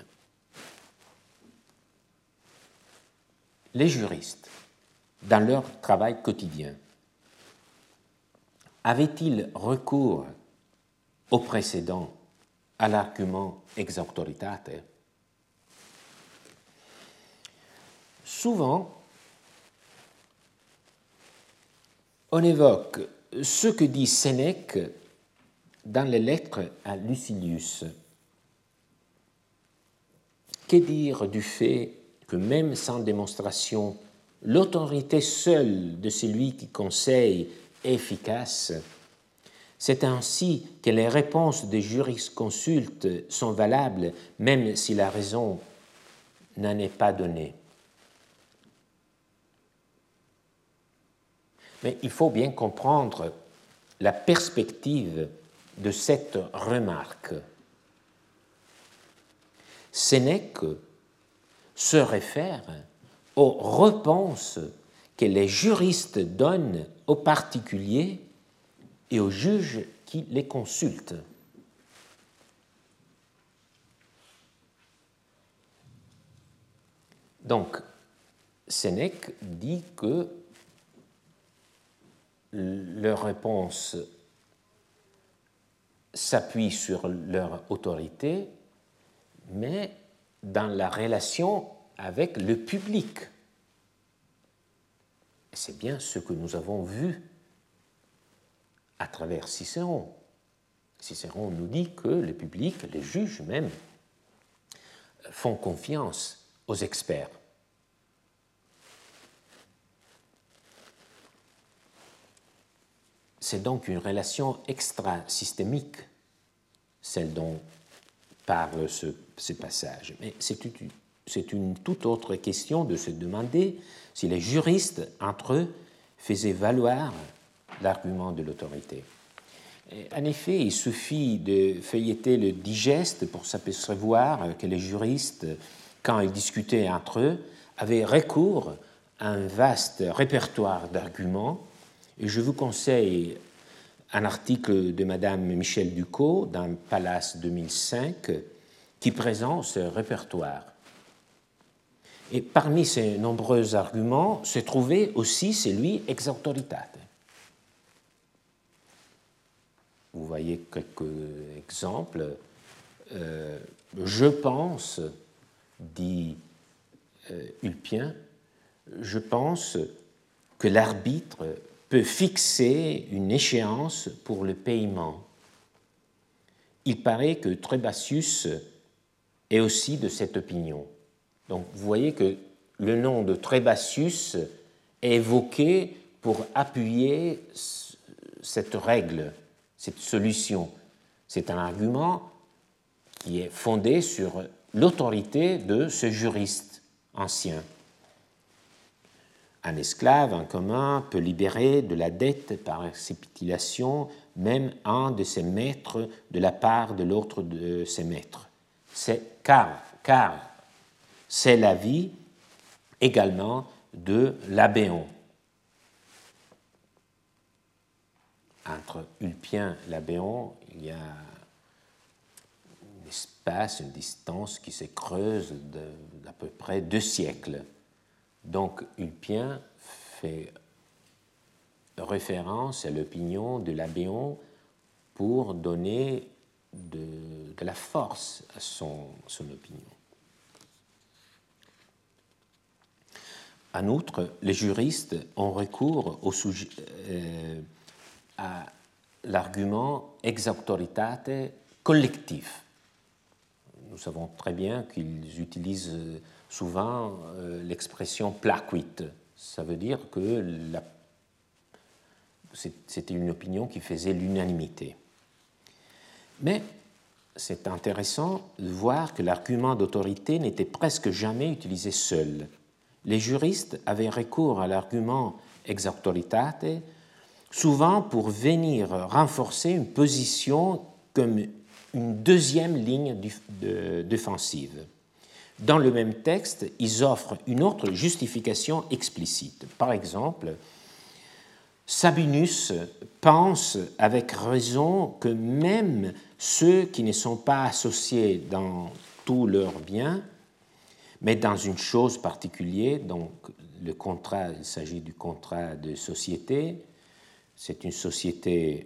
Speaker 2: Les juristes, dans leur travail quotidien, avaient-ils recours au précédent, à l'argument ex auctoritate? Souvent, on évoque ce que dit Sénèque dans les lettres à Lucilius. Que dire du fait que même sans démonstration, l'autorité seule de celui qui conseille est efficace? C'est ainsi que les réponses des jurisconsultes sont valables, même si la raison n'en est pas donnée. Mais il faut bien comprendre la perspective de cette remarque. Sénèque se réfère aux réponses que les juristes donnent aux particuliers et aux juges qui les consultent. Donc, Sénèque dit que leurs réponses s'appuient sur leur autorité, mais dans la relation avec le public. C'est bien ce que nous avons vu à travers Cicéron. Cicéron nous dit que le public, les juges même, font confiance aux experts. C'est donc une relation extra-systémique, celle dont parle ce passage. Mais c'est une toute autre question de se demander si les juristes, entre eux, faisaient valoir l'argument de l'autorité. En effet, il suffit de feuilleter le digeste pour s'apercevoir que les juristes, quand ils discutaient entre eux, avaient recours à un vaste répertoire d'arguments. Et je vous conseille un article de Madame Michel Ducos dans Pallas 2005 qui présente ce répertoire. Et parmi ces nombreux arguments se trouvait aussi celui ex auctoritate. Vous voyez quelques exemples. Je pense, dit Ulpien, je pense que l'arbitre peut fixer une échéance pour le paiement. Il paraît que Trebasius est aussi de cette opinion. Donc vous voyez que le nom de Trebasius est évoqué pour appuyer cette règle, cette solution. C'est un argument qui est fondé sur l'autorité de ce juriste ancien. Un esclave en commun peut libérer de la dette par acceptation même un de ses maîtres de la part de l'autre de ses maîtres. C'est car c'est l'avis également de Labéon. entre Ulpien et Labéon, il y a un espace, une distance qui se creuse d'à peu près 2 siècles. Donc Ulpien fait référence à l'opinion de Labéon pour donner de la force à son opinion. En outre, les juristes ont recours à l'argument ex auctoritate collectif. Nous savons très bien qu'ils utilisent souvent l'expression placuit. Ça veut dire que c'était une opinion qui faisait l'unanimité. Mais c'est intéressant de voir que l'argument d'autorité n'était presque jamais utilisé seul. Les juristes avaient recours à l'argument ex auctoritate souvent pour venir renforcer une position comme une deuxième ligne défensive. Dans le même texte, ils offrent une autre justification explicite. Par exemple, Sabinus pense avec raison que même ceux qui ne sont pas associés dans tous leurs biens, mais dans une chose particulière, donc le contrat, il s'agit du contrat de société, c'est une société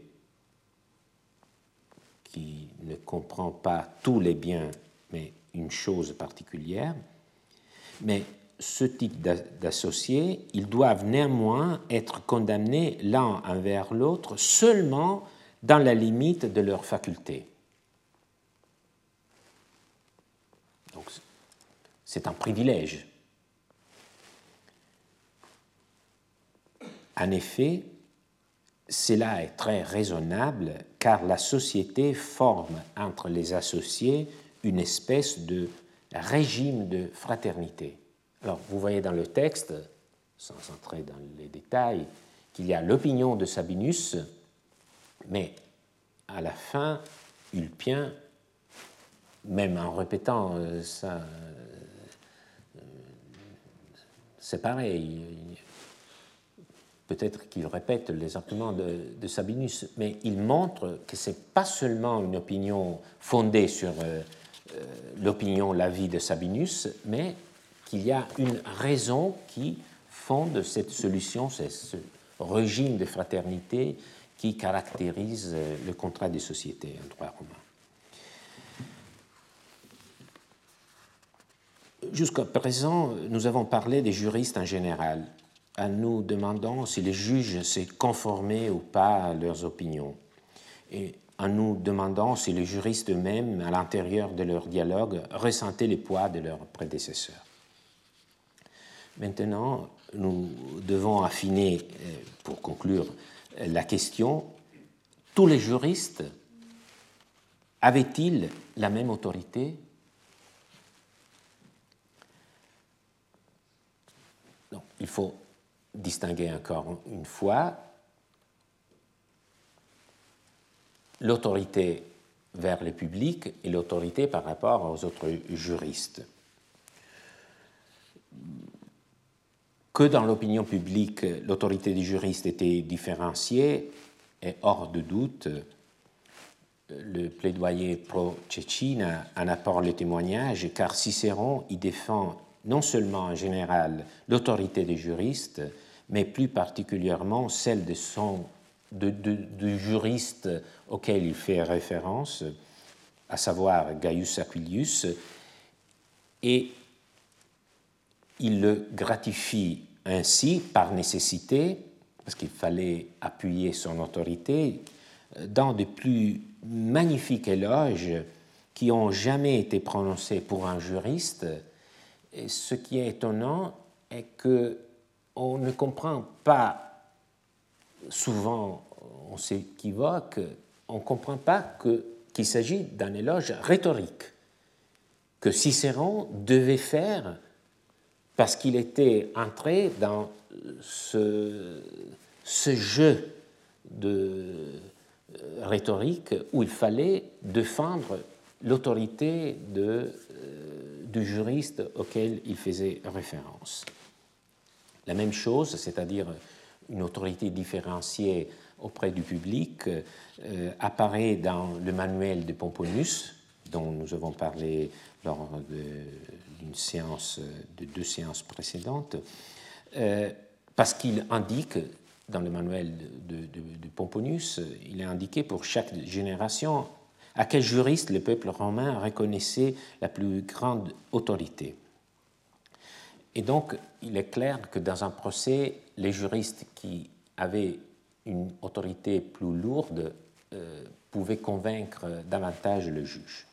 Speaker 2: qui ne comprend pas tous les biens, mais une chose particulière, mais ce type d'associés, ils doivent néanmoins être condamnés l'un envers l'autre seulement dans la limite de leurs facultés. Donc, c'est un privilège. En effet, cela est très raisonnable car la société forme entre les associés une espèce de régime de fraternité. Alors, vous voyez dans le texte, sans entrer dans les détails, qu'il y a l'opinion de Sabinus, mais à la fin, Ulpien, même en répétant ça, c'est pareil. Peut-être qu'il répète les arguments de Sabinus, mais il montre que ce n'est pas seulement une opinion fondée sur l'opinion, l'avis de Sabinus, mais qu'il y a une raison qui fonde cette solution, c'est ce régime de fraternité qui caractérise le contrat des sociétés en droit romain. Jusqu'à présent, nous avons parlé des juristes en général, en nous demandant si les juges s'est conformaient ou pas à leurs opinions, et en nous demandant si les juristes eux-mêmes, à l'intérieur de leur dialogue, ressentaient les poids de leurs prédécesseurs. Maintenant, nous devons affiner, pour conclure la question, tous les juristes avaient-ils la même autorité? Non, il faut distinguer encore une fois l'autorité vers le public et l'autorité par rapport aux autres juristes. Que dans l'opinion publique, l'autorité des juristes était différenciée est hors de doute. Le plaidoyer pro Cecina en apporte le témoignage, car Cicéron y défend non seulement en général l'autorité des juristes, mais plus particulièrement celle du juriste auquel il fait référence, à savoir Gaius Aquilius, et il le gratifie ainsi par nécessité, parce qu'il fallait appuyer son autorité, dans de plus magnifiques éloges qui n'ont jamais été prononcés pour un juriste. Et ce qui est étonnant est qu'on ne comprend pas, souvent on s'équivoque, on ne comprend pas qu'il s'agit d'un éloge rhétorique que Cicéron devait faire parce qu'il était entré dans ce jeu de rhétorique où il fallait défendre l'autorité du juriste auquel il faisait référence. La même chose, c'est-à-dire une autorité différenciée auprès du public apparaît dans le manuel de Pomponius, dont nous avons parlé lors d'une séance, de 2 séances précédentes, parce qu'il indique, dans le manuel de Pomponius, il est indiqué pour chaque génération à quel juriste le peuple romain reconnaissait la plus grande autorité. Et donc, il est clair que dans un procès, les juristes qui avaient une autorité plus lourde pouvaient convaincre davantage le juge.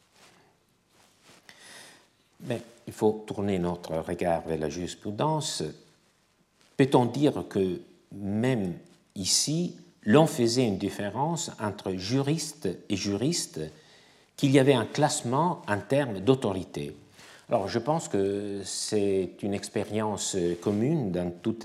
Speaker 2: Mais il faut tourner notre regard vers la jurisprudence. Peut-on dire que même ici, l'on faisait une différence entre juristes et juristes, qu'il y avait un classement en termes d'autorité? Alors, je pense que c'est une expérience commune dans tout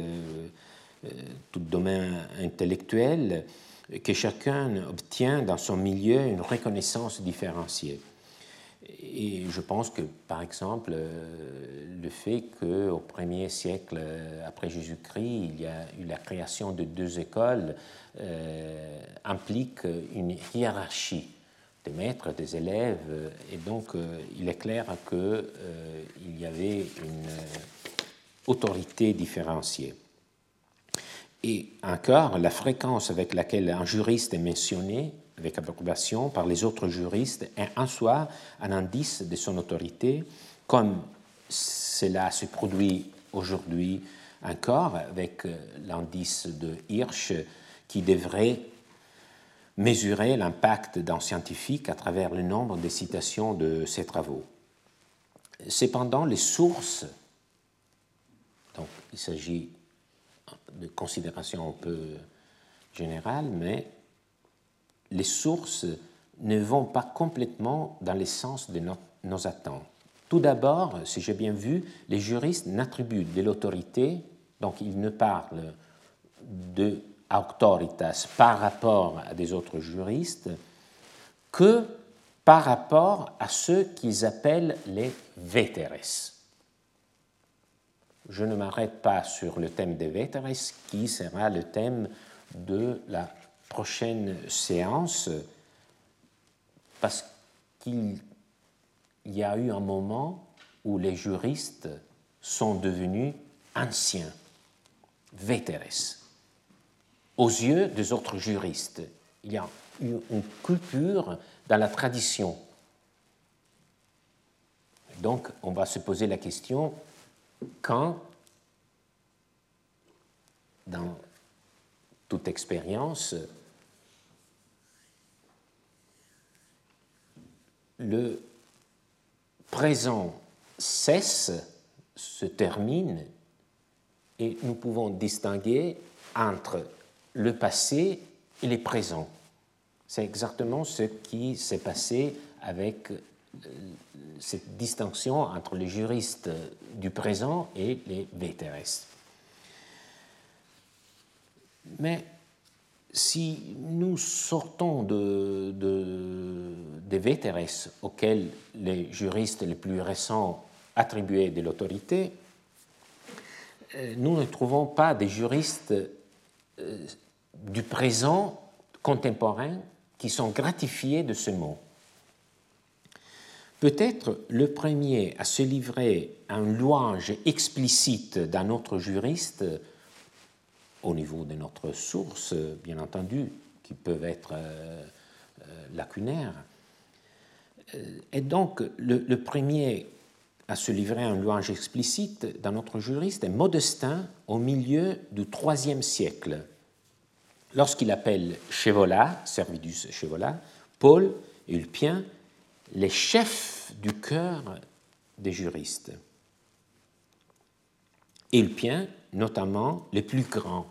Speaker 2: domaine intellectuel, que chacun obtient dans son milieu une reconnaissance différenciée. Et je pense que, par exemple, le fait qu'au 1er siècle après Jésus-Christ, il y a eu la création de 2 écoles implique une hiérarchie des maîtres, des élèves, et donc il est clair qu'il y avait une autorité différenciée. Et encore, la fréquence avec laquelle un juriste est mentionné avec approbation par les autres juristes est en soi un indice de son autorité, comme cela se produit aujourd'hui encore avec l'indice de Hirsch qui devrait mesurer l'impact d'un scientifique à travers le nombre de citations de ses travaux. Cependant, les sources, donc il s'agit de considérations un peu générales, mais les sources ne vont pas complètement dans le sens de nos attentes. Tout d'abord, si j'ai bien vu, les juristes n'attribuent de l'autorité, donc ils ne parlent de auctoritas par rapport à des autres juristes que par rapport à ceux qu'ils appellent les veteres. Je ne m'arrête pas sur le thème des veteres, qui sera le thème de la prochaine séance, parce qu'il y a eu un moment où les juristes sont devenus anciens, veteres, aux yeux des autres juristes. Il y a eu une culture dans la tradition. Donc, on va se poser la question quand, dans toute expérience, le présent cesse, se termine, et nous pouvons distinguer entre le passé et le présent. C'est exactement ce qui s'est passé avec cette distinction entre les juristes du présent et les veteres. Mais si nous sortons des veteres auxquels les juristes les plus récents attribuaient de l'autorité, nous ne trouvons pas des juristes du présent contemporain qui sont gratifiés de ce mot. Peut-être le premier à se livrer à une louange explicite d'un autre juriste, au niveau de notre source, bien entendu, qui peuvent être lacunaires, est donc le premier à se livrer à une louange explicite dans notre juriste est Modestin au milieu du IIIe siècle, lorsqu'il appelle Scaevola, Servidus Scaevola, Paul et Ulpien, les chefs du cœur des juristes. Et Ulpien, notamment, les plus grands.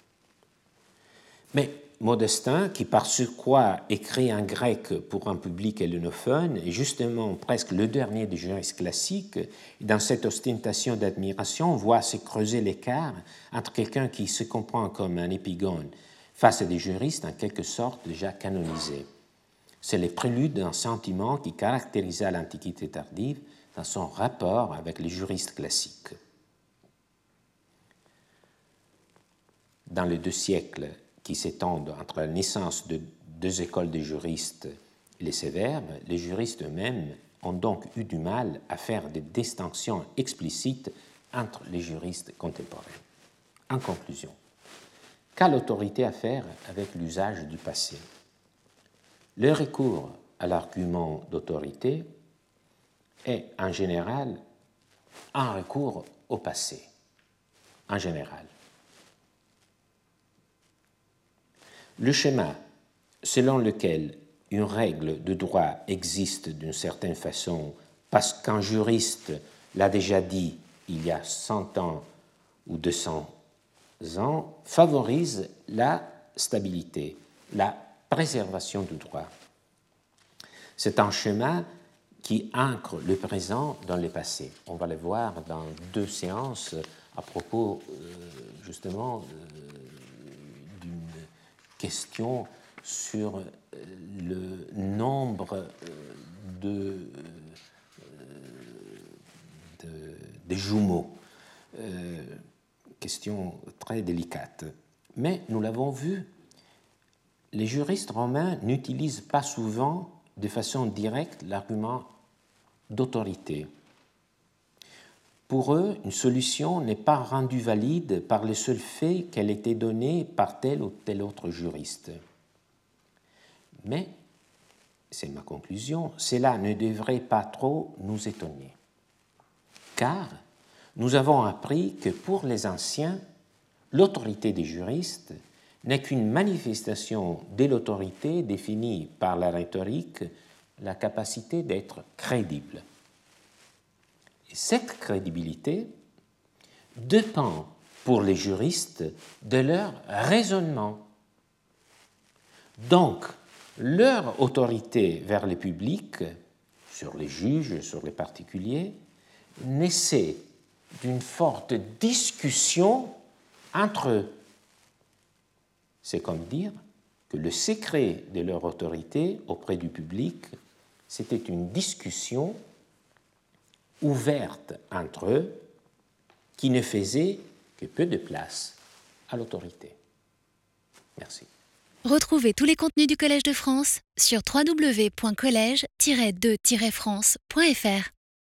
Speaker 2: Mais Modestin, qui par surcroît écrit en grec pour un public hellénophone, est justement presque le dernier des juristes classiques, et dans cette ostentation d'admiration, on voit se creuser l'écart entre quelqu'un qui se comprend comme un épigone face à des juristes en quelque sorte déjà canonisés. C'est le prélude d'un sentiment qui caractérisa l'Antiquité tardive dans son rapport avec les juristes classiques. Dans les 2 siècles qui s'étendent entre la naissance de deux écoles de juristes et les sévères, les juristes eux-mêmes ont donc eu du mal à faire des distinctions explicites entre les juristes contemporains. En conclusion, qu'a l'autorité à faire avec l'usage du passé? Le recours à l'argument d'autorité est en général un recours au passé, en général. Le schéma selon lequel une règle de droit existe d'une certaine façon parce qu'un juriste l'a déjà dit il y a 100 ans ou 200 ans favorise la stabilité, la préservation du droit. C'est un schéma qui ancre le présent dans le passé. On va le voir dans 2 séances à propos justement d'une question sur le nombre de jumeaux. Question très délicate. Mais nous l'avons vu, les juristes romains n'utilisent pas souvent de façon directe l'argument d'autorité. Pour eux, une solution n'est pas rendue valide par le seul fait qu'elle ait été donnée par tel ou tel autre juriste. Mais, c'est ma conclusion, cela ne devrait pas trop nous étonner. Car nous avons appris que pour les anciens, l'autorité des juristes n'est qu'une manifestation de l'autorité définie par la rhétorique, la capacité d'être crédible. Et cette crédibilité dépend pour les juristes de leur raisonnement. Donc, leur autorité vers le public, sur les juges, sur les particuliers, naissait d'une forte discussion entre eux. C'est comme dire que le secret de leur autorité auprès du public, c'était une discussion ouverte entre eux qui ne faisait que peu de place à l'autorité. Merci.
Speaker 1: Retrouvez tous les contenus du Collège de France sur www.collège-2-france.fr.